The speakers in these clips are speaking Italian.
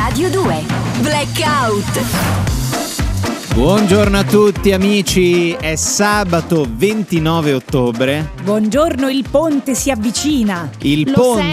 Radio 2 Blackout. Buongiorno a tutti amici, è sabato 29 ottobre. Buongiorno, il ponte si avvicina. Il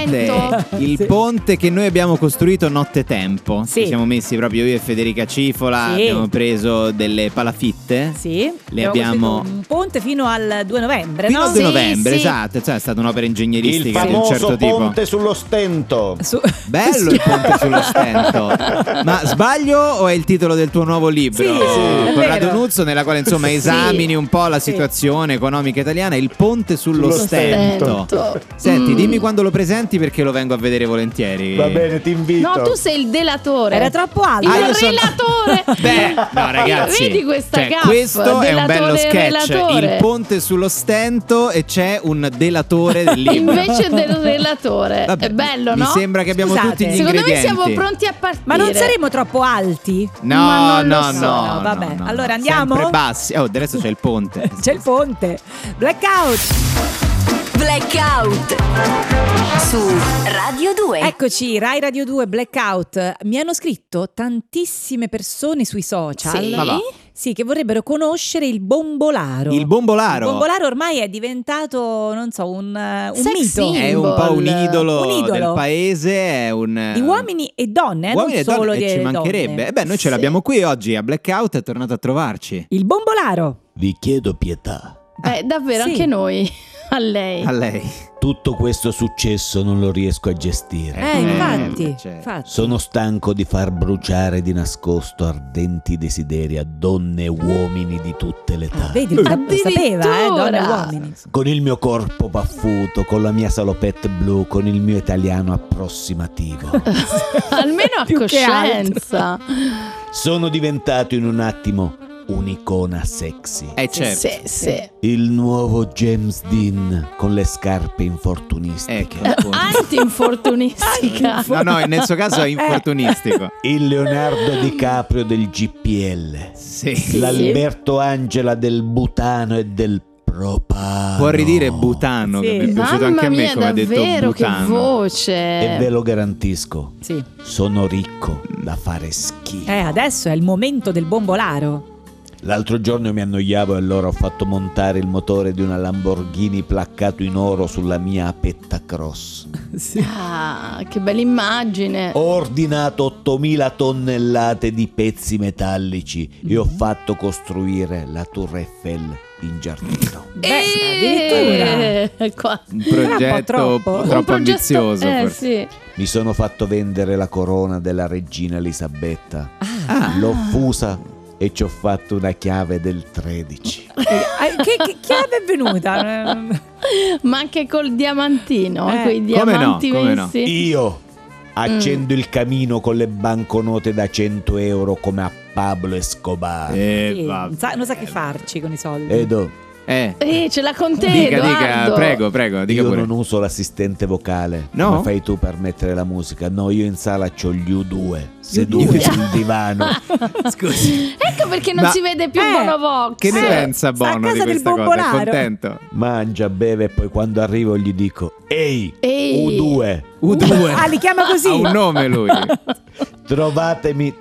ponte che noi abbiamo costruito nottetempo. Sì. Ci siamo messi proprio io e Federica Cifola, abbiamo preso delle palafitte. Sì, le abbiamo un ponte fino al 2 novembre, fino no? al 2 Sì, novembre, sì. esatto, cioè è stata un'opera ingegneristica Il di un famoso certo tipo. ponte sullo stento. Bello il ponte sullo stento. Ma sbaglio o è il titolo del tuo nuovo libro? Sì, è Corrado vero. Nuzzo, nella quale insomma esamini un po' la situazione economica italiana, il ponte sullo stento. Senti, dimmi quando lo presenti perché lo vengo a vedere volentieri. Va bene, ti invito. No, tu sei il delatore. Era troppo alto. Il io sono- relatore. Beh, no ragazzi, Vedi questa gaffa? questo è un bello Delatore, sketch. relatore. Il ponte sullo stento e c'è un delatore del libro. Invece del relatore. Vabbè, È bello, no? Mi sembra che abbiamo Scusate. tutti gli Secondo me ingredienti. siamo pronti a partire. Ma non saremo troppo alti? No, Ma non lo no, so. no, Vabbè, no. allora andiamo? Sempre bassi. Oh, adesso c'è il ponte. C'è il ponte. Blackout. Blackout su Radio 2. Eccoci, Rai Radio 2 Blackout. Mi hanno scritto tantissime persone sui social. Sì? Ma va. Sì, che vorrebbero conoscere il bombolaro. Il bombolaro. Il bombolaro ormai è diventato, non so, un Sex mito. symbol. È un po' un idolo, Un idolo. del paese, è un Di uomini e donne, uomini non e donne, solo e di ci mancherebbe. donne. E beh, noi ce l'abbiamo qui oggi a Blackout, è tornato a trovarci. Il bombolaro. Vi chiedo pietà. Davvero, Sì. anche noi. A lei. A lei. Tutto questo successo non lo riesco a gestire. Infatti, certo. infatti. Sono stanco di far bruciare di nascosto ardenti desideri a donne e uomini di tutte le età. Vedi, lo sapeva, donne e Addirittura. uomini. Con il mio corpo paffuto, con la mia salopette blu, con il mio italiano approssimativo. Almeno a Più che coscienza. Sono diventato in un attimo un'icona sexy. Certo. Sì, sì. Il nuovo James Dean con le scarpe infortunistiche. Ecco, appunto. Anti-infortunistica. No, nel suo caso è infortunistico. Il Leonardo DiCaprio del GPL. Sì. L'Alberto Angela del butano e del propano. Può ridire butano, Sì. che mi è piaciuto Mamma anche a me mia, come ha detto davvero, che butano. voce. E ve lo garantisco, Sì. sono ricco da fare schifo. Adesso è il momento del bombolaro. L'altro giorno mi annoiavo e allora ho fatto montare il motore di una Lamborghini placcato in oro sulla mia Apetta Cross. Ah, che bella immagine. Ho ordinato 8000 tonnellate di pezzi metallici e ho fatto costruire la Tour Eiffel in giardino. Addirittura. Qua. Un progetto troppo. troppo Un progetto- ambizioso forse. sì. Mi sono fatto vendere la corona della regina Elisabetta. Ah. L'ho fusa e ci ho fatto una chiave del 13. Che chiave è venuta? Ma anche col diamantino, quei come diamanti no, come no. messi. Io accendo il camino con le banconote da 100 euro come a Pablo Escobar. Sì, Vabbè. non sa che farci con i soldi. Edo, Ce l'ha con te, Dica, Edoardo. prego, dica io pure. non uso l'assistente vocale. No? Come fai tu per mettere la musica? No, io in sala c'ho gli U2 seduti sul divano. Scusi. Ecco perché non Ma- si vede più Bono Vox. Che ne pensa sta a Bono di casa del questa cosa? È bombolaro. contento? Mangia, beve e poi quando arrivo gli dico: Ehi, Ehi. U2, U2. Li chiama così. Ha un nome lui. trovatemi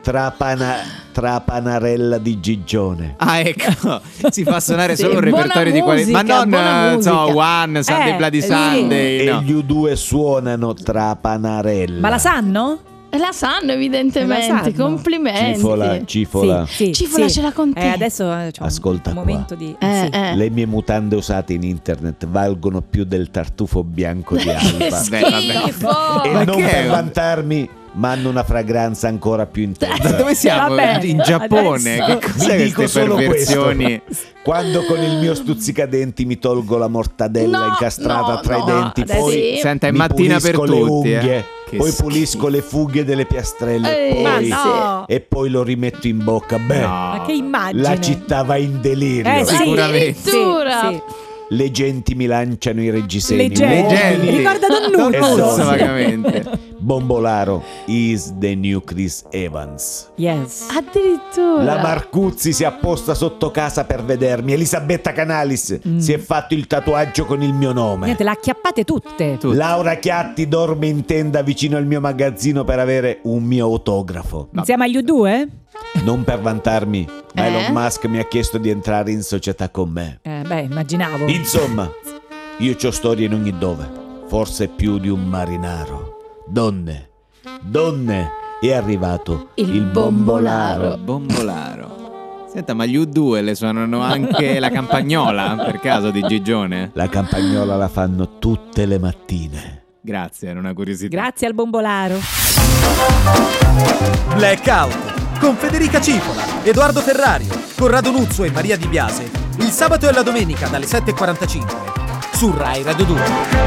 Trapanarella di Gigione. Ah, ecco, si fa suonare Sì, solo un buona repertorio di qualità. Ma musica, non buona so, musica. One, Sunday Bloody sì. Sunday. E No. gli U2 suonano Trapanarella. Ma la sanno? La sanno evidentemente, La sanno. complimenti. Cifola. Cifola, ce l'ha con te. Adesso c'ho Ascolta un qua. momento di... Eh, sì. eh. Le mie mutande usate in internet valgono più del tartufo bianco di Che Alba. schifo. E Ma non che è? per vantarmi, ma hanno una fragranza ancora più Ma intensa. dove siamo? Vabbè, In Giappone? adesso- Che Vi cos'è dico queste solo perversioni? Quando con il mio stuzzicadenti mi tolgo la mortadella No, incastrata no, tra no, i denti, adesso poi sì. Senta, è mi mattina per pulisco le tutti, unghie, Che poi schifo. pulisco le fughe delle piastrelle Ehi, Ma poi, no. e poi lo rimetto in bocca. Beh, No. Ma che immagine. la città va in delirio. Sì, Sicuramente. Addirittura. sì. Le genti mi lanciano i reggiseni. Leggenti. Leggenti. Ricorda Don Don Nuzzo. Nuzzo Donne. vagamente. Bombolaro is the new Chris Evans. Yes. Addirittura. La Marcuzzi si è apposta sotto casa per vedermi. Elisabetta Canalis si è fatto il tatuaggio con il mio nome. Niente, le acchiappate tutte. Laura Chiatti dorme in tenda vicino al mio magazzino per avere un mio autografo. Insieme agli U2? Non per vantarmi, ma Elon Musk mi ha chiesto di entrare in società con me. Immaginavo. Insomma, io c'ho storie in ogni dove, forse più di un marinaro. Donne, è arrivato il bombolaro. Bombolaro. Senta, ma gli U2 le suonano anche la campagnola, per caso, di Gigione? La campagnola la fanno tutte le mattine. Grazie, era una curiosità. Grazie al bombolaro. Blackout con Federica Cipola, Edoardo Ferrario, Corrado Nuzzo e Maria Di Biase, il sabato e la domenica dalle 7:45 su Rai Radio 2.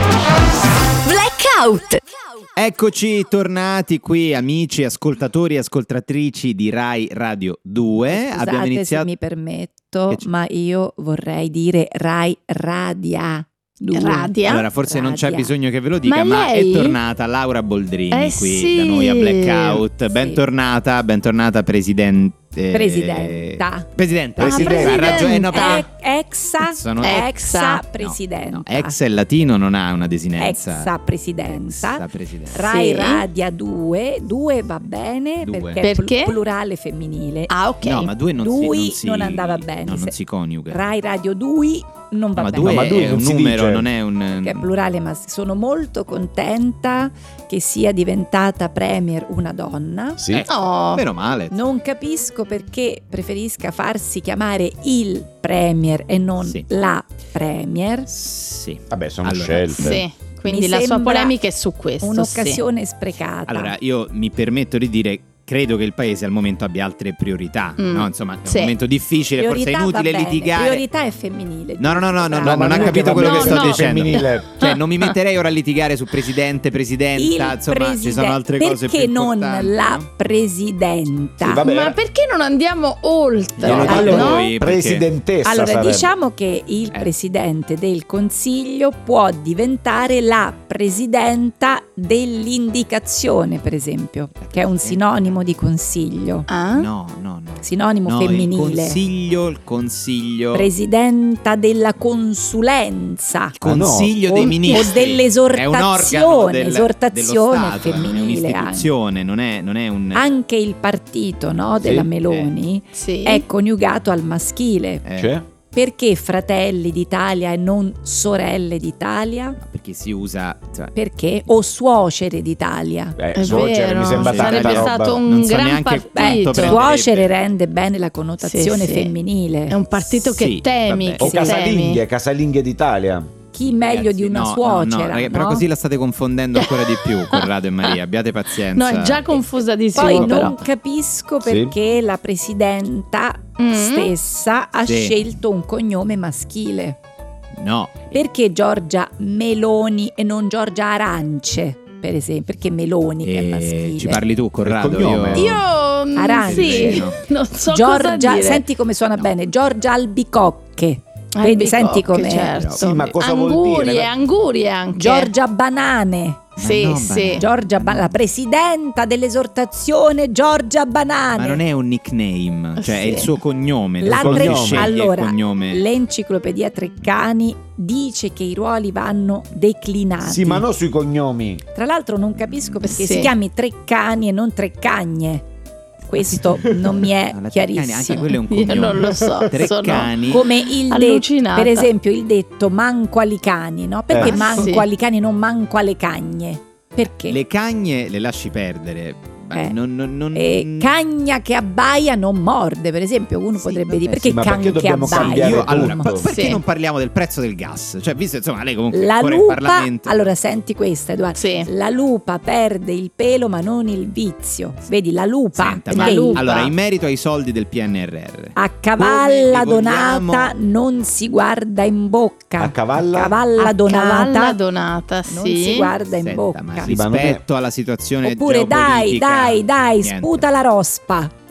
Blackout. Eccoci tornati qui, amici, ascoltatori e ascoltatrici di Rai Radio 2. Scusate, Abbiamo iniziato. se mi permetto, ma io vorrei dire Rai Radia 2. Radia? Allora, forse non c'è Radia. bisogno che ve lo dica, ma lei? è tornata Laura Boldrini qui sì. da noi a Blackout. Sì. Bentornata, Presidenta. Presidente. Ha ragione, no, però- Exa Sono- presidenta. No, ex è latino, non ha una desinenza. Exa presidenta. Exa presidenta. Rai Sì. Radia 2 va bene Due. perché è Perché? plurale femminile. Ah, ok. No, ma due non Dui si non andava bene. No, non Se- si coniuga. Rai Radio 2 non va ma bene. due ma due è non un si numero, dice. non è un... Che è plurale, ma sono molto contenta che sia diventata premier una donna. Sì. Oh. Meno male. Non capisco perché preferisca farsi chiamare il premier e non Sì. la premier. Sì. Vabbè, sono Allora, scelte. Sì, quindi Mi la sua sembra polemica è su questo. Un'occasione sprecata. Allora, io mi permetto di dire, credo che il paese al momento abbia altre priorità, no? Insomma, è Sì. un momento difficile, Priorità forse è inutile va bene, litigare. Priorità è femminile. No, No, non ma ha non capito è quello che no, sto no. dicendo. Femminile. Cioè, non mi metterei ora a litigare su presidente, presidenta, insomma, ci sono altre cose più perché non importanti, la no? presidenta? Sì, vabbè. Ma perché non andiamo oltre? Glielo dico Allora, voi, perché- Presidentessa Allora, sarebbe. diciamo che il presidente del consiglio può diventare la presidenta dell'indicazione, per esempio, che è un sinonimo di consiglio, Ah? No. sinonimo No, femminile. il consiglio Presidenta della consulenza. Consiglio o, dei o ministri dell'esortazione, è un organo esortazione dello Stato, femminile è un'istituzione, non è un Anche il partito, no, della Meloni Sì. è coniugato al maschile. Cioè? Perché Fratelli d'Italia e non Sorelle d'Italia? perché si usa, cioè, Perché? O Suocere d'Italia? È suocera, vero, mi sembra sì. tanta sarebbe roba. stato un Non so gran neanche partito. quanto prendere. Suocere rende bene la connotazione Sì, sì. femminile. È un partito Sì, che temi, vabbè. che O temi. casalinghe d'Italia. Chi meglio di una suocera? ragazzi, però no? così la state confondendo ancora di più, Corrado e Maria, abbiate pazienza. No, è già confusadissimo. Poi però. non capisco perché la presidenta stessa ha Sì. scelto un cognome maschile. No, Perché Giorgia Meloni e non Giorgia Arance, per esempio? Perché Meloni che è maschile? ci parli tu, Corrado? Il cognome. Io Arance. sì, No. non so Giorgia, cosa dire. senti come suona bene, Giorgia Albicocche. Vedi, Albicocche, senti com'è. certo. Sì, ma cosa vuol dire? Angurie anche. Giorgia Banane. Sì, Ma no, sì. Giorgia la presidenta dell'esortazione Giorgia Banane. ma non è un nickname, cioè è Sì. il suo cognome. La nessuno Tre- sceglie allora, il cognome. l'enciclopedia Treccani dice che i ruoli vanno declinati. Sì, ma non sui cognomi. Tra l'altro non capisco perché Sì. si chiami Treccani e non Treccagne. Questo non mi è Alla Treccani, anche chiarissimo. quello è un Io cognome. non lo so, Treccani. Come il detto, Allucinata. per esempio il detto manco alle cani, no? Perché manco sì. alle cani, non manco alle cagne? Perché? Le cagne le lasci perdere. Beh, non- Cagna che abbaia non morde, per esempio, uno potrebbe vabbè, dire perché sì, ma can perché che dobbiamo abbaia? cambiare Io, tutto? allora, perché Sì. non parliamo del prezzo del gas? Cioè, visto insomma, lei comunque La ancora in lupa, Parlamento. allora senti questa Edoardo, Sì. la lupa perde il pelo ma non il vizio, vedi la lupa, Senta, perché ma lupa. allora, in merito ai soldi del PNRR, a cavalla come donata vogliamo- non si guarda in bocca, A cavalla? cavalla donata Cavalla donata, non sì. si guarda in Senta, bocca. ma Sì, ma non è- rispetto alla situazione Oppure dai geopolitica, niente. sputa la rospa.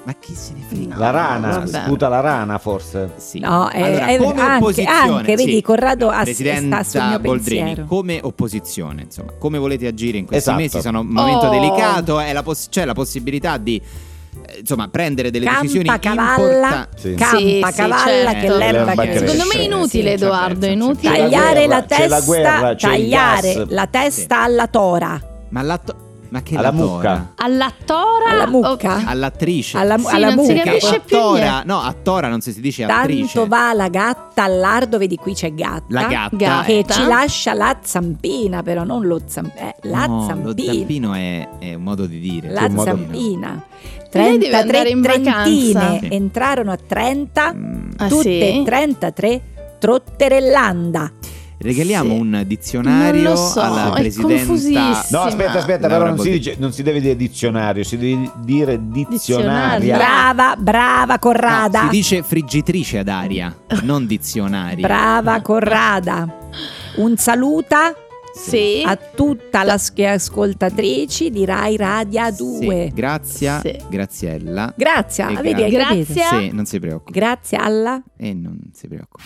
Ma chi se ne frega? La rana, vabbè. sputa la rana forse. Sì. No, Allora, come opposizione, anche, vedi, sì. Corrado sta sul Presidenta mio Boldrini, pensiero. come opposizione, insomma, come volete agire in questi Esatto. mesi? Sono un momento delicato, c'è la possibilità di insomma prendere delle decisioni Campacavalla, importanti. Sì. Campacavalla Sì, che certo. l'erba L'erba cresce. Secondo me è inutile, Edoardo, è inutile. C'è la Tagliare guerra, la c'è la testa, guerra, c'è il tagliare gas. la testa alla tora, Ma che Alla la tora? mucca. Alla tora? alla mucca. All'attrice. Alla, Sì, alla non si mucca. capisce a più tora, niente. no, a tora non si dice attrice. Tanto va la gatta al lardo, vedi qui c'è gatta. La gatta, Gatta. Che ecco. ci lascia la zampina, però non lo zampino. La No, lo zampina. zampino è un modo di dire. La un modo- zampina. Lei deve andare in trentine vacanza. Sì. entrarono a 30, Ah, tutte sì? e 33 trotterellanda. Regaliamo Sì. un dizionario Non lo so, alla è presidenta. confusissimo. No, aspetta, Laura però non si, Boldrini. non si deve dire dizionario, si deve dire dizionaria. Dizionaria. Brava Corrada. No, si dice friggitrice ad aria, non dizionario. Brava Corrada. Un saluta Sì. a tutta la ascoltatrici di Rai Radio Sì, 2. Grazie, Sì. Graziella. Grazie, E vedi, hai capito? Grazie. Sì, non si preoccupi. Grazie alla E non si preoccupi.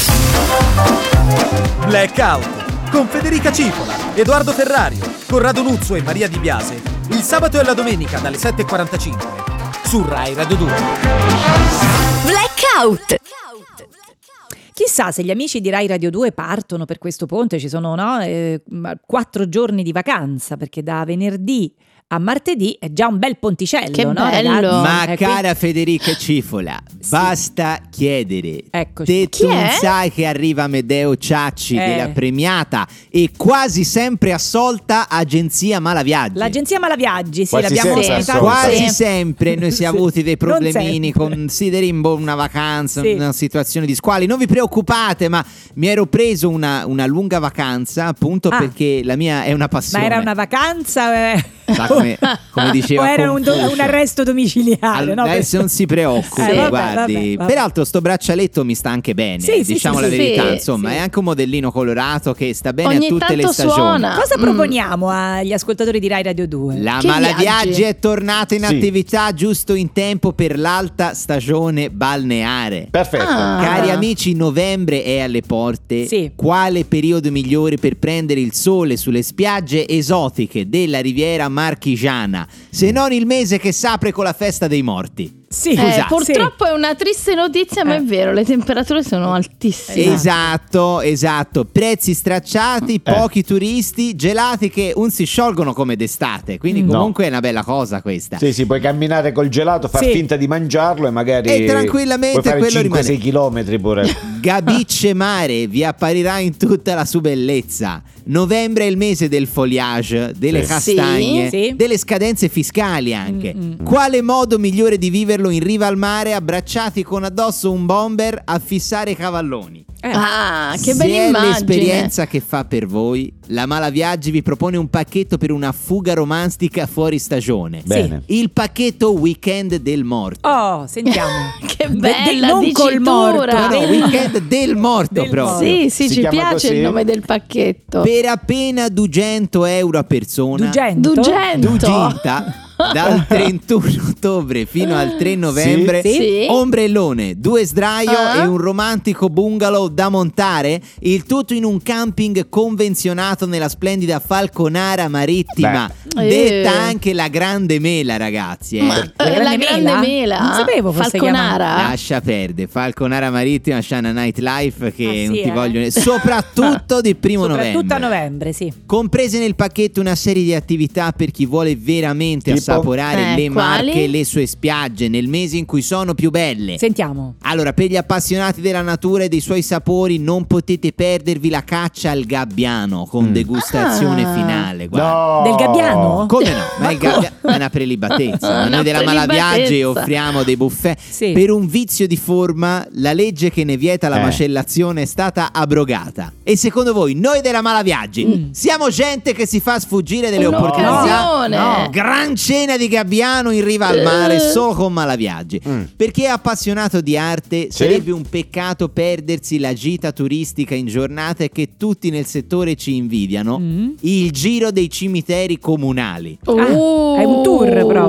Blackout con Federica Cipola, Edoardo Ferrario, Corrado Nuzzo e Maria Di Biase, il sabato e la domenica dalle 7:45 su Rai Radio 2. Blackout. Chissà se gli amici di Rai Radio 2 partono per questo ponte, ci sono 4 giorni di vacanza, perché da venerdì a martedì è già un bel ponticello, Che no, bello. ragazzi? Ma Qui- cara Federica Cifola, basta chiedere. Eccoci. Te Chi tu è? sai che arriva Amedeo Ciacci della premiata e quasi sempre assolta agenzia Malaviaggi. L'agenzia Malaviaggi, sì, Quasi l'abbiamo sempre ospitata. assolta. Quasi Sì. sempre noi siamo Sì. avuti dei Non problemini sempre. con Siderimbo, una vacanza, Sì. una situazione di squali. Non vi preoccupate, ma mi ero preso una lunga vacanza appunto Ah. perché la mia è una Ma passione. era una vacanza Sa come diceva o era un Confucio. arresto domiciliare? No? Adesso non si preoccupi, Vabbè, guardi. vabbè. Peraltro sto braccialetto mi sta anche bene, Sì, sì, diciamo sì, la sì, verità, sì, insomma, sì. è anche un modellino colorato che sta bene Ogni a tutte le tanto stagioni. suona. Cosa proponiamo agli ascoltatori di Rai Radio 2? La Che Malaviaggi viaggi? è tornata in Sì. attività giusto in tempo per l'alta stagione balneare. Perfetto. Ah. Cari amici, novembre è alle porte. Sì. Quale periodo migliore per prendere il sole sulle spiagge esotiche della Riviera Marchigiana, se non il mese che s'apre con la festa dei morti? Sì, Purtroppo è una triste notizia, ma è vero, le temperature sono altissime. Esatto. Prezzi stracciati, pochi turisti, gelati che non si sciolgono come d'estate. Quindi No. comunque è una bella cosa questa. Sì, puoi camminare col gelato, far Sì. finta di mangiarlo e magari E tranquillamente puoi fare quello 5-6 rimane. chilometri pure. Gabicce Mare vi apparirà in tutta la sua bellezza. Novembre è il mese del foliage, delle Sì. castagne, Sì. delle scadenze fiscali anche. Mm. Quale modo migliore di viverlo in riva al mare, abbracciati con addosso un bomber a fissare i cavalloni? Ah, che Se bella è immagine. l'esperienza che fa per voi, la Malaviaggi vi propone un pacchetto per una fuga romantica fuori stagione. Bene. Il pacchetto Weekend del Morto. Oh, sentiamo. Che bella non col morto, dicitura. No, Weekend del Morto Del proprio. Sì, Si ci chiama piace così? il nome del pacchetto. Per appena 200 euro a persona. Dugento? Duginta. Dal 31 ottobre fino al 3 novembre, Sì. ombrellone, 2 sdraio Ah. e un romantico bungalow da montare, il tutto in un camping convenzionato nella splendida Falconara Marittima, Beh. detta anche la Grande Mela, ragazzi. Ma La la Grande grande Mela? mela? Non sapevo fosse Falconara. Lascia perdere, Falconara Marittima, Shana Nightlife che Ah, non sì, ti eh? vogliono, soprattutto di primo Soprattutto a novembre. novembre, sì. Comprese nel pacchetto una serie di attività per chi vuole veramente Tipo? assaporare le quali? Marche e le sue spiagge nel mese in cui sono più belle. Sentiamo. Allora, per gli appassionati della natura e dei suoi sapori non potete perdervi la caccia al gabbiano con degustazione Ah. finale. Guarda. No. Del gabbiano? Come no? Ma il è una prelibatezza. Ma Una noi della Malaviaggi prelibatezza. offriamo dei buffet. Sì. Per un vizio di forma, la legge che ne vieta la macellazione è stata abrogata. E secondo voi, noi della Malaviaggi, siamo gente che si fa sfuggire delle opportunità? Un'occasione. No. Gran cena di gabbiano in riva al mare solo con Malaviaggi. Per chi è appassionato di arte, sarebbe un peccato perdersi la gita turistica in giornata che tutti nel settore ci invidiano. Il giro dei cimiteri comunali. È un tour proprio.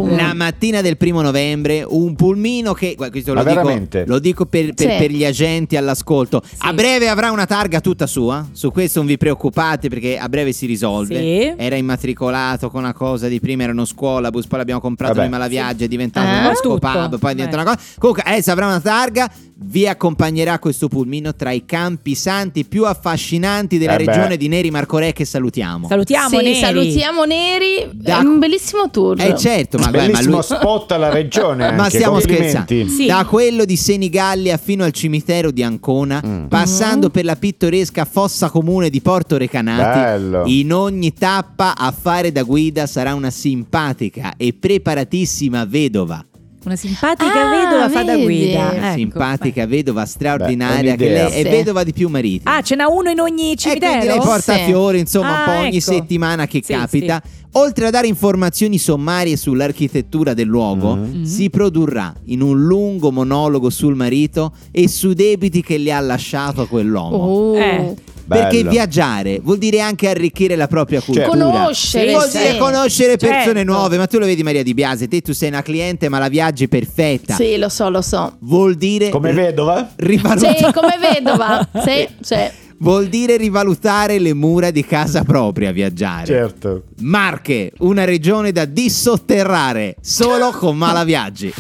1. La mattina del 1° novembre un pulmino che questo lo dico per gli agenti all'ascolto. Sì. A breve avrà una targa tutta sua. Su questo non vi preoccupate perché a breve si risolve. Sì. Era immatricolato con una cosa di prima era uno scuolabus, poi l'abbiamo comprato noi Malaviaggi, è diventato uno scopub, poi è diventato una cosa. Comunque adesso avrà una targa. Vi accompagnerà questo pulmino tra i campi santi più affascinanti della regione di Neri Marco Re, che salutiamo. Salutiamo Neri. È un bellissimo tour. Certo, ma bellissimo lui... spot alla regione. Ma anche, stiamo complimenti. scherzando. Sì. Da quello di Senigallia fino al cimitero di Ancona, passando per la pittoresca fossa comune di Porto Recanati. Bello. In ogni tappa a fare da guida sarà una simpatica e preparatissima vedova. Una simpatica vedova fa da guida. Ecco. Simpatica vedova straordinaria, Beh, che lei è sì. vedova di più mariti. Ah, ce n'ha uno in ogni E cimitero? quindi lei porta fiori, insomma, un po' ogni ecco. settimana che Sì, capita. Oltre a dare informazioni sommarie sull'architettura del luogo, si produrrà in un lungo monologo sul marito e sui debiti che le ha lasciato a quell'uomo. Perché Bello. viaggiare vuol dire anche arricchire la propria cultura. Conoscere. Vuol dire conoscere persone Certo. nuove. Ma tu lo vedi, Maria Di Biase, tu sei una cliente Malaviaggi perfetta. Sì, lo so. Vuol dire Come vedova? rivalutare. Sì, come vedova. Sì. Vuol dire rivalutare le mura di casa propria, viaggiare. Certo. Marche, una regione da dissotterrare solo con Malaviaggi.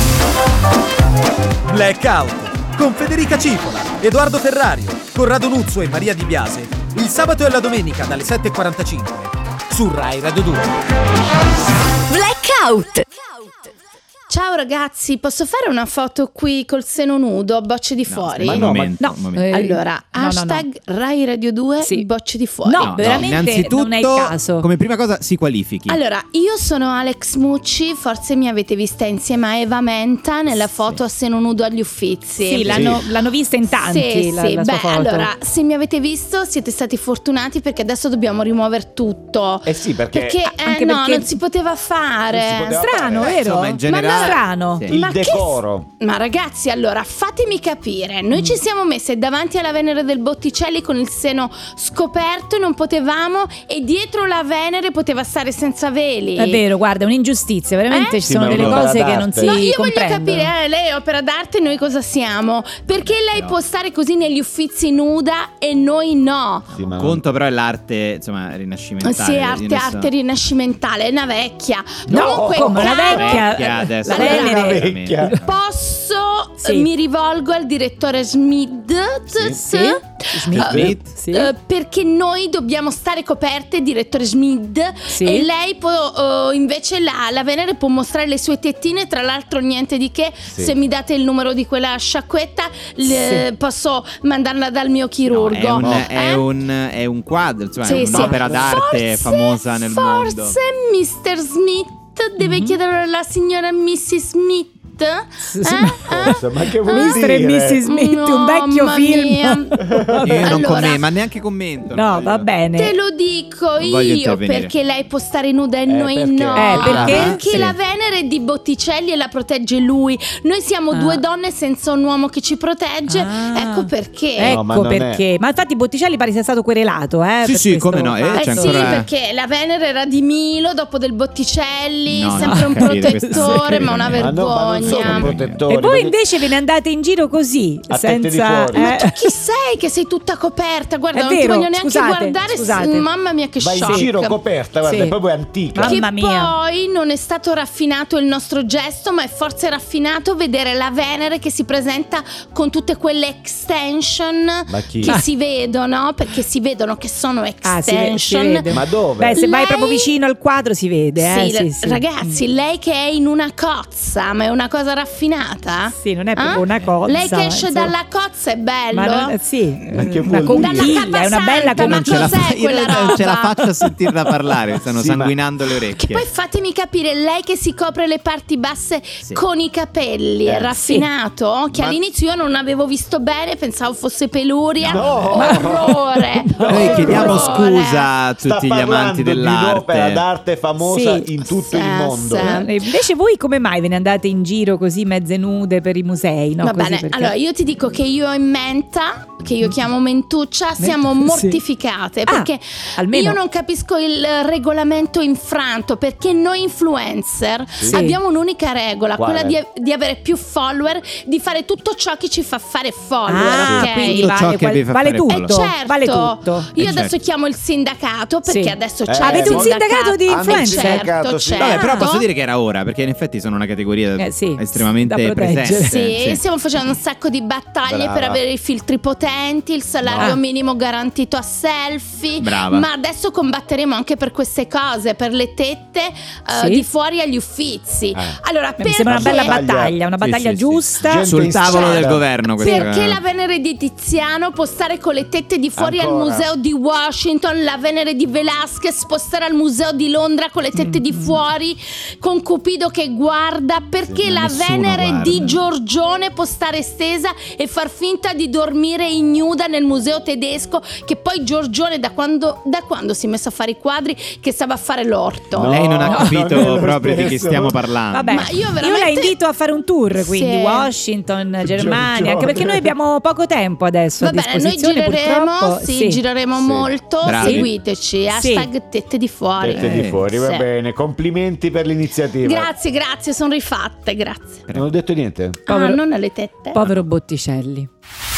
Blackout con Federica Cipola, Edoardo Ferrario, Corrado Nuzzo e Maria Di Biase. Il sabato e la domenica dalle 7:45 su Rai Radio 2. Blackout. Ciao ragazzi, posso fare una foto qui col seno nudo, bocce di fuori? un momento. Allora, hashtag Rai Radio 2, Sì. bocce di fuori. No, veramente innanzitutto, non è il caso. come prima cosa si qualifichi. Allora, io sono Alex Mucci, forse mi avete vista insieme a Eva Menta nella foto a seno nudo agli Uffizi. Sì, l'hanno vista in tanti Sì, la sì. sua Beh, foto. allora, se mi avete visto siete stati fortunati perché adesso dobbiamo rimuovere tutto. Sì, perché anche no, perché non si poteva fare. Non si poteva Strano, fare. vero? Insomma, in generale- Strano. Sì. il Ma che decoro. Ma ragazzi, allora fatemi capire. Noi ci siamo messe davanti alla Venere del Botticelli con il seno scoperto e non potevamo, e dietro la Venere poteva stare senza veli. È vero, guarda, è un'ingiustizia, veramente ci Sì, sono ma delle un'opera cose che non d'arte. si No, io voglio comprendono. capire, lei è opera d'arte e noi cosa siamo? Perché lei può stare così negli Uffizi nuda e noi no? Sì, ma Conto però è l'arte, insomma, rinascimentale. Sì, arte rinascimentale, è una vecchia. No, Comunque, come una caro, vecchia? adesso. La Allora, Venere. vecchia. Posso, Sì. mi rivolgo al direttore Schmid. Schmidt. Sì. Perché noi dobbiamo stare coperte, direttore Schmid, Sì. e lei può invece la Venere può mostrare le sue tettine. Tra l'altro niente di che, se mi date il numero di quella sciacquetta posso mandarla dal mio chirurgo. È un quadro, insomma, Sì, è sì. un'opera d'arte famosa nel mondo. Forse Mr. Smith deve chiedere alla signora Mrs. Smith. Forse, ma che vuol Mr. e dire? Mrs. Smith, un vecchio Mamma film. mia. Io non Allora, commento, ma neanche commento. No, va bene. Te lo dico voglio io intervenire. perché lei può stare nuda e noi perché? no. Perché? Perché Sì. la Venere è di Botticelli e la protegge lui. Noi siamo due donne senza un uomo che ci protegge. Ecco perché. No, ma Ecco non è. perché. Ma infatti Botticelli pare sia stato querelato, Sì, per sì, questo come no, fatto. c'è Sì, ancora- perché la Venere era di Milo dopo del Botticelli, No, sempre no, un capite, protettore, questa- ma una Ma no, ma non sono vergogna. protettori. E voi vedi? invece ve ne andate in giro così, A tette di senza fuori. Ma tu chi sei che sei tutta coperta? Guarda, È non ti vero, voglio neanche scusate, guardare. scusate. Mamma mia, che Vai in shock. giro coperta, guarda, Sì. è proprio antica. Ma- Che Mamma mia. poi non è stato raffinato il nostro gesto, ma è forse raffinato vedere la Venere che si presenta con tutte quelle extension Ma chi? che si vedono, perché si vedono che sono si extension. vede. Ma dove? Beh, se vai Lei- proprio vicino al quadro si vede, Sì, ragazzi, lei che è in una cozza, ma è una cosa raffinata? Sì, non è proprio una cozza, Lei che ma esce insomma- dalla cozza è bello? Ma non, sì, Ma che una vuol dire? conchiglia, Dalla è una bella Capasanta, ma Non ce la cos'è io quella non ce la roba? faccio a sentirla parlare, mi stanno Sì, ma- sanguinando le Che orecchie. poi fatemi capire, lei che si copre le parti basse con i capelli, è raffinato? Che Ma- all'inizio io non avevo visto bene, pensavo fosse peluria. No. Orrore. Noi chiediamo Orrore. scusa a Sta tutti gli amanti parlando di un'opera dell'arte. d'arte famosa Sì. in tutto il Sì, mondo. sì. E invece voi come mai ve ne andate in giro giro così mezze nude per i musei, no? Va Così bene, perché- allora io ti dico che io e Menta, che io chiamo Mentuccia, siamo Sì. mortificate perché almeno- io non capisco il regolamento infranto, perché noi influencer Sì. abbiamo un'unica regola, Quale? quella di avere più follower, di fare tutto ciò che ci fa fare follower, ok? quindi Tutto ciò vale, che vi fa vale fare tutto, follow. Certo. vale tutto. Io adesso certo. chiamo il sindacato perché Sì. adesso c'è Avete il un sindacato di Hanno un influencer? sindacato, sì. Certo, Vabbè, però certo. posso dire che era ora, perché in effetti sono una categoria Sì, estremamente da proteggere. presente. Sì, stiamo facendo un sacco di battaglie Brava. per avere i filtri potenti, il salario minimo garantito a selfie. Brava. Ma adesso combatteremo anche per queste cose, per le tette Sì. di fuori agli Uffizi. Allora, Mi sembra una bella perché- battaglia, una Sì, battaglia sì, sì. giusta. Gente Sul in tavolo strada. del governo questa- Perché la Venere di Tiziano può stare con le tette di fuori Ancora. al museo di Washington, la Venere di Velázquez può stare al museo di Londra con le tette di fuori, con Cupido che guarda, perché Sì, ma la nessuno Venere guarda. di Giorgione può stare stesa e far finta di dormire ignuda nel museo tedesco, che poi Giorgione da quando si è messo a fare i quadri che stava a fare l'orto. No. Lei non ha non capito è lo proprio di chi stesso. stiamo parlando. Vabbè, Ma io io veramente- la invito a fare un tour, quindi Sì. Washington, Germania, Giorgione. anche perché noi abbiamo poco tempo adesso Va a bene, noi disposizione, gireremo, purtroppo. sì, gireremo Sì. molto, Bravi. seguiteci, hashtag tette di fuori. Tette di fuori, va Sì. bene. Complimenti per l'iniziativa. Grazie, sono rifatte, grazie. Non ho detto niente. Povero- non alle tette. Povero Botticelli.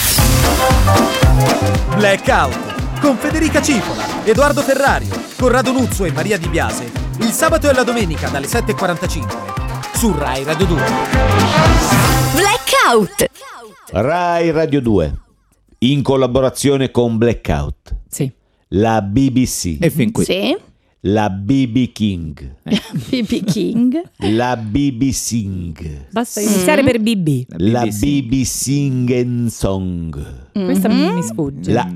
Blackout con Federica Cipola, Edoardo Ferrario, Corrado Nuzzo e Maria Di Biase, il sabato e la domenica dalle 7:45 su Rai Radio 2. Blackout. Rai Radio 2, in collaborazione con Blackout, Sì. la BBC, E fin qui. Sì, la BB King, BB King. la BB Sing, Basta iniziare per BB. la BB Sing and Song, Questa mi sfugge. la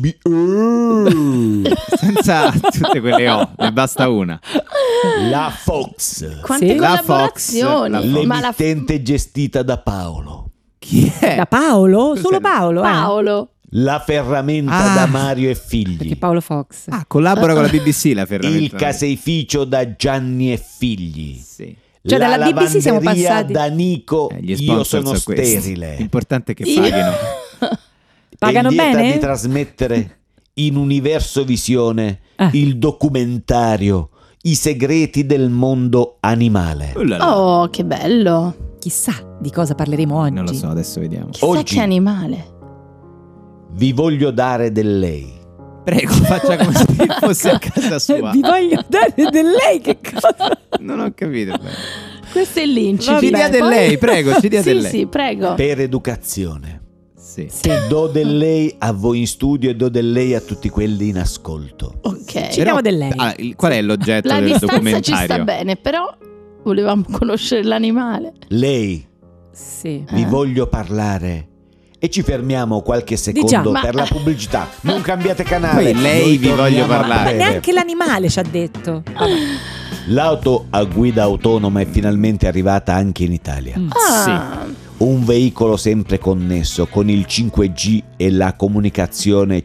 HBO, Senza tutte quelle O, ne basta una. la Fox, Quante Sì. La collaborazioni. Fox, Ma la l'emittente gestita da Paolo, Chi è? Da Paolo? Solo Paolo? Paolo. la ferramenta Ah. da Mario e Perché figli, Paolo Fox. Ah, collabora con la BBC la ferramenta. il caseificio da Gianni e figli, Sì. Cioè, la dalla BBC siamo lavanderia passati- da Nico, Gli io sponsor sono questi. sterile. L'importante è che Io- paghino. Pagano e vieta bene? di trasmettere in Universo Visione Ah. il documentario I segreti del mondo animale. Oh, che bello. Chissà di cosa parleremo oggi. Non lo so, adesso vediamo. Chissà Oggi- che animale. Vi voglio dare del lei. Prego, faccia come se fosse a casa sua. Vi voglio dare del lei, che cosa? Non ho capito bene. Questo è l'incipit. Ci dia del lei, prego, ci dia Sì, del lei. sì, prego. Per educazione. Sì. Sì. Do del lei a voi in studio e do del lei a tutti quelli in ascolto. Ok. Ci diamo del lei. Ah, qual è l'oggetto La del distanza documentario? ci sta bene, però volevamo conoscere l'animale. Lei, Sì. vi voglio parlare. E ci fermiamo qualche secondo Diciamo. per la pubblicità. Non cambiate canale. Poi lei Noi vi voglio torniamo a parlare. Ma breve. neanche l'animale ci ha detto. L'auto a guida autonoma è finalmente arrivata anche in Italia. Ah, Un veicolo sempre connesso con il 5G e la comunicazione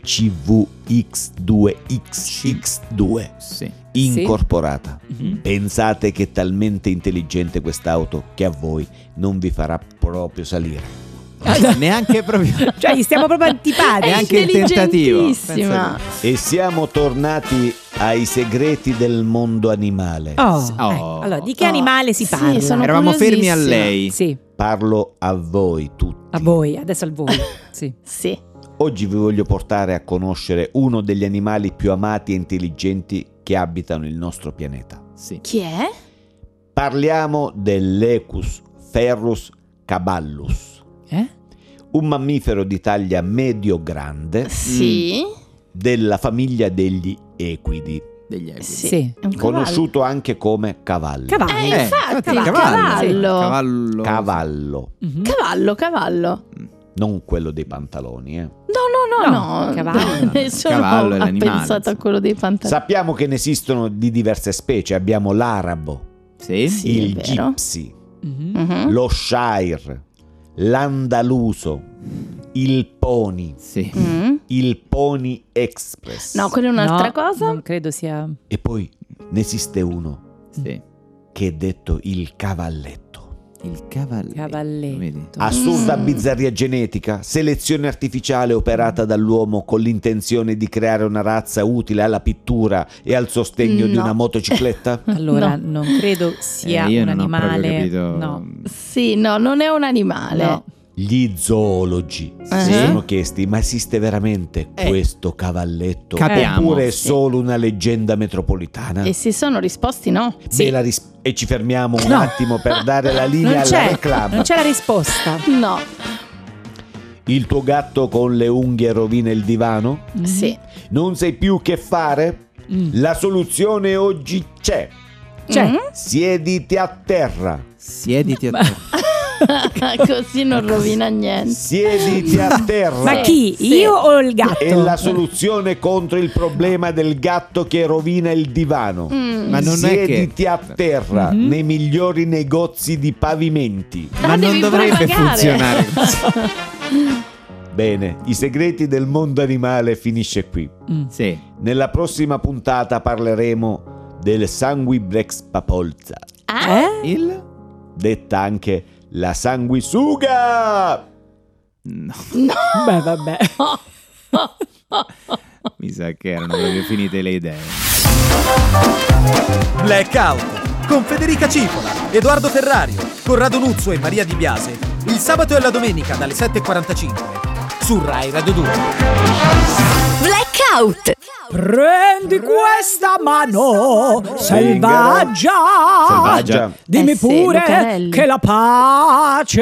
CVX2XX2 Sì. incorporata. Mhm. Pensate che è talmente intelligente quest'auto che a voi non vi farà proprio salire. Neanche proprio. Cioè, gli stiamo proprio antipatici. È anche il tentativo. intelligentissima. E siamo tornati ai segreti del mondo animale. Oh, Oh. allora, di che animale si Sì, parla? sono Eravamo fermi a curiosissima. lei. Sì, Parlo a voi tutti. a voi, adesso al voi. Sì. Sì. Oggi vi voglio portare a conoscere uno degli animali più amati e intelligenti che abitano il nostro pianeta. Sì. Chi è? Parliamo dell'Equus ferrus caballus, un mammifero di taglia medio-grande Sì. della famiglia degli equidi, Degli equidi. Sì. È un cavallo. conosciuto anche come cavallo. Cavallo. infatti, cavallo. cavallo. Cavallo. Mhm. Cavallo. Non quello dei pantaloni. No. No, cavallo. Nessuno Cavallo è ha l'animale, pensato a insomma. quello dei pantaloni. Sappiamo che ne esistono di diverse specie. Abbiamo l'arabo, Sì. Sì, è il vero. gypsy, Mhm. Mhm. lo shire, l'andaluso, il pony, Sì. Mm. il pony express. No, quella è un'altra No, cosa. Non credo sia. E poi ne esiste uno Sì. che è detto il cavalletto. Il cavalletto. Vedi? Assurda bizzarria genetica, selezione artificiale operata dall'uomo con l'intenzione di creare una razza utile alla pittura e al sostegno di una motocicletta? Allora, non credo sia io un non ho proprio animale. capito. No. Sì, no, non è un animale. No. Gli zoologi si sono chiesti: ma esiste veramente questo cavalletto? Capiamo. Oppure è solo una leggenda metropolitana? E si sono risposti no. E ci fermiamo un attimo per dare la linea alla reclama. Non c'è la risposta. No. Il tuo gatto con le unghie rovina il divano? Sì. Non sai più che fare? La soluzione oggi c'è. Siediti a terra. Siediti a terra. Così non rovina niente. Siediti a terra. Ma chi? Sì. Io o il gatto? È la soluzione contro il problema del gatto che rovina il divano. Ma non è Siediti a terra nei migliori negozi di pavimenti. Ma non devi dovrebbe pure pagare. funzionare così. Bene, i segreti del mondo animale finisce qui. Sì. Nella prossima puntata parleremo del sanguibrex papolza, Il? detta anche la sanguisuga. No. Beh, vabbè. Mi sa che erano proprio finite le idee. Blackout con Federica Cipola, Edoardo Ferrario, Corrado Nuzzo e Maria Di Biase, il sabato e la domenica dalle 7:45 su Rai Radio 2. Blackout. Prendi questa mano selvaggia, Selvaggia. dimmi sì, pure Lucarelli. che la pace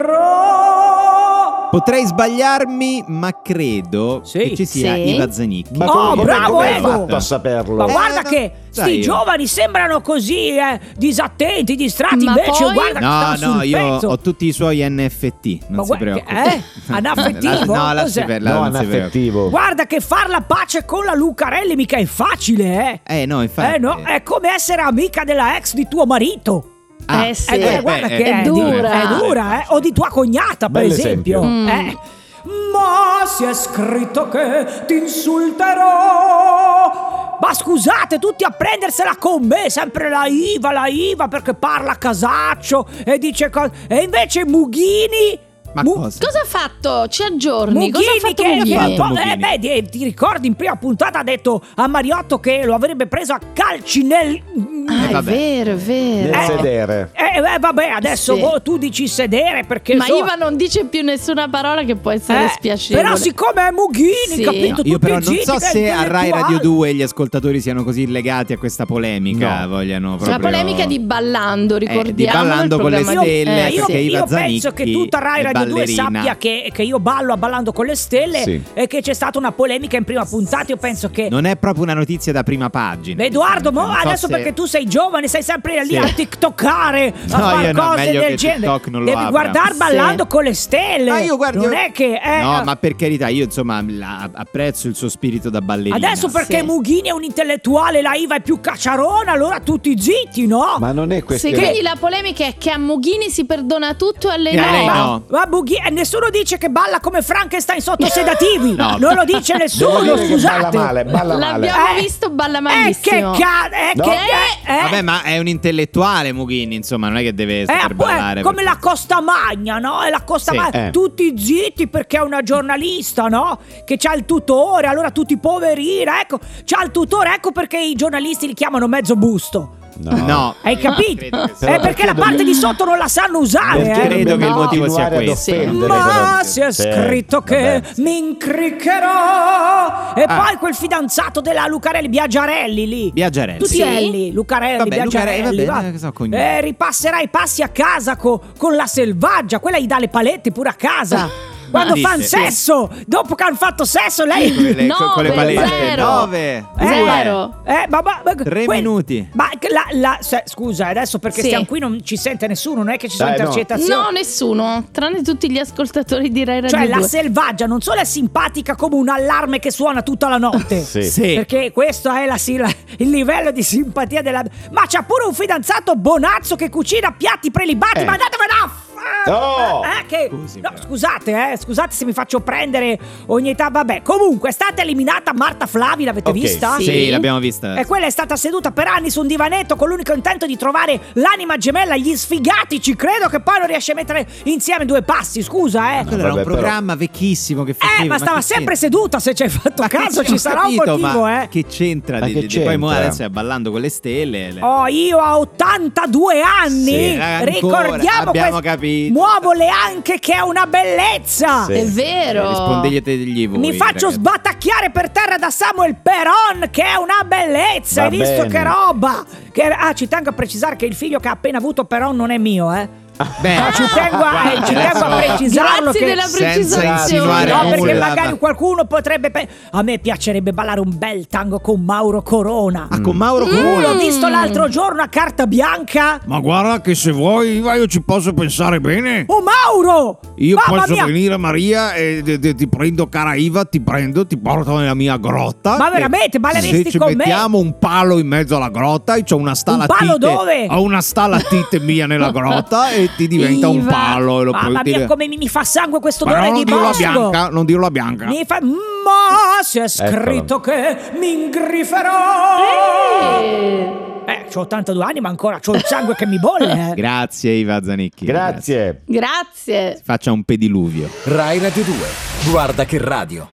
avrò. Potrei sbagliarmi, ma credo Sì. che ci sia Sì. Iva Zanicchi. Ma Oh, come bravo, hai Edo. fatto a saperlo? Ma guarda no, che sai sti io. giovani sembrano così disattenti, distratti, Ma invece poi? guarda che No, stanno no, sul io pezzo. ho tutti i suoi NFT, non Ma si guarda preoccupi. che- Anaffettivo? No, lasci Cos'è? per là, No, non si preoccupi. anaffettivo. Guarda che far la pace con la Lucarelli mica è facile, No, infatti. no, è come essere amica della ex di tuo marito. Ah, sì. Guarda beh, che è dura. è dura, o di tua cognata, per Bell'esempio. esempio. Ma si è scritto che ti insulterò. Ma scusate, tutti a prendersela con me, sempre la Iva, perché parla casaccio e dice cose. E invece Mughini. Ma cosa? Cosa ha fatto? Ci aggiorni. Cosa ha fatto che Mughini? Mughini? ti ricordi in prima puntata ha detto a Mariotto che lo avrebbe preso a calci nel Ah, è vabbè. vero, è vero. Nel sedere. vabbè, adesso Sì. tu dici sedere perché Ma insomma, Iva non dice più nessuna parola che può essere spiacevole. però siccome è Mughini, Sì. capito? Io tutti però non zitti, so che è se a Rai Radio intellettuale. 2 gli ascoltatori siano così legati a questa polemica, No. vogliano proprio... La polemica di Ballando, ricordiamo. di Ballando il con le programma di- stelle, Io, perché Iva io penso Zanicchi che tutta Rai è Radio 2 ballerina. sappia che io ballo a Ballando con le stelle Sì. e che c'è stata una polemica in prima puntata. Io penso che Non è proprio una notizia da prima pagina. Edoardo, Non so adesso se- perché tu sei giovane, sei sempre lì Sì. a tiktokare, No, a fare io no, cose meglio del che genere. TikTok non lo Devi apra. guardare Sì. Ballando con le stelle. Ma io guardo- Non è che No, ma per carità, io insomma apprezzo il suo spirito da ballerina. adesso perché Sì. Mughini è un intellettuale, la Iva è più cacciarona, allora tutti zitti, no? Ma non è Sì, questione. quindi la polemica è che a Mughini si perdona tutto e a lei E a lei no. no. Ma nessuno dice che balla come Frankenstein sotto sedativi. No. Non lo dice Devo nessuno, dire che scusate. balla male. L'abbiamo visto, balla malissimo. No? Vabbè, ma è un intellettuale Mughini, insomma, non è che deve saper ballare. come per- la Costa Magna, no? È la Costa Sì, Magna. eh. Tutti zitti perché è una giornalista, no? Che c'ha il tutore, allora tutti poverina, ecco. C'ha il tutore, ecco perché i giornalisti li chiamano mezzo busto. No. Hai capito? Credo che sia- È perché la parte di sotto non la sanno usare, Perché eh. credo che il motivo sia continuare ad questo. offendere, Ma però. si è Sì, scritto che vabbè. mi incriccherò. E poi quel fidanzato della Lucarelli, Biagiarelli lì. Biagiarelli. Tutti Sì. Elli, Lucarelli, Vabbè, Biagiarelli. Lucarelli, va bene, che so, cognome. Ripasserà i passi a casa con la selvaggia. Quella gli dà le palette pure a casa. Quando Dice, fanno sì. sesso, dopo che hanno fatto sesso, lei. No, con le palette. zero. 9. Zero. Ma 3 minuti. Ma scusa, adesso perché Sì. stiamo qui non ci sente nessuno, non è che ci sono Dai, no. intercettazioni. No, nessuno, tranne tutti gli ascoltatori di Rai Radio Cioè, la 2. selvaggia non solo è simpatica come un allarme che suona tutta la notte. Sì. Sì. Perché questo è il livello di simpatia della. Ma c'ha pure un fidanzato bonazzo che cucina piatti prelibati. Ma andatevene a Scusi, no, però. scusate se mi faccio prendere ogni età. Vabbè, comunque è stata eliminata Marta Flavi, l'avete Ok, vista? Sì, l'abbiamo vista. E quella è stata seduta per anni su un divanetto con l'unico intento di trovare l'anima gemella, gli sfigati, ci credo, che poi non riesce a mettere insieme due passi, scusa, Quello era un vabbè, però. programma vecchissimo che faceva. ma stava che sempre c'entra? seduta, se ci hai fatto caso, Sì, ci ho sarà capito, un motivo, ma che c'entra? Ma che Poi mo c'entra? adesso è ballando con le stelle. Oh, io a 82 anni, Sì, ancora, ricordiamo abbiamo capito. muovo le anche, che è una bellezza. Sì. È vero. Rispondetegli voi. Mi faccio ragazzi. sbatacchiare per terra da Samuel Peron, che è una bellezza. Va Hai visto bene. che roba? Ci tengo a precisare che il figlio che ha appena avuto Peron non è mio, Beh, ci tengo a precisarlo. Grazie che della senza precisazione. insinuare No, perché nulla, magari ma- qualcuno potrebbe a me piacerebbe ballare un bel tango con Mauro Corona. Con Mauro Corona. L'ho visto l'altro giorno a Carta Bianca. Ma guarda che se vuoi io ci posso pensare bene. Oh, Mauro! Io Mamma posso mia! venire, Maria, e ti prendo, cara Iva, ti porto nella mia grotta. Ma veramente, E balleresti se ci con me? mettiamo un palo in mezzo alla grotta, io c'ho una stalattite. palo dove? Ho una stalattite mia nella grotta e ti diventa un Iva. palo. E lo Mamma puoi mia, dire. come mi fa sangue questo Ma odore non di dirlo a bosco. Bianca, non dirlo a Bianca. Mi fa... Ma si è scritto che mi ingriferò. C'ho 82 anni, ma ancora c'ho il sangue che mi bolle. Grazie Iva Zanicchi. Grazie. Grazie. Faccia un pediluvio. Rai Radio 2, guarda che radio.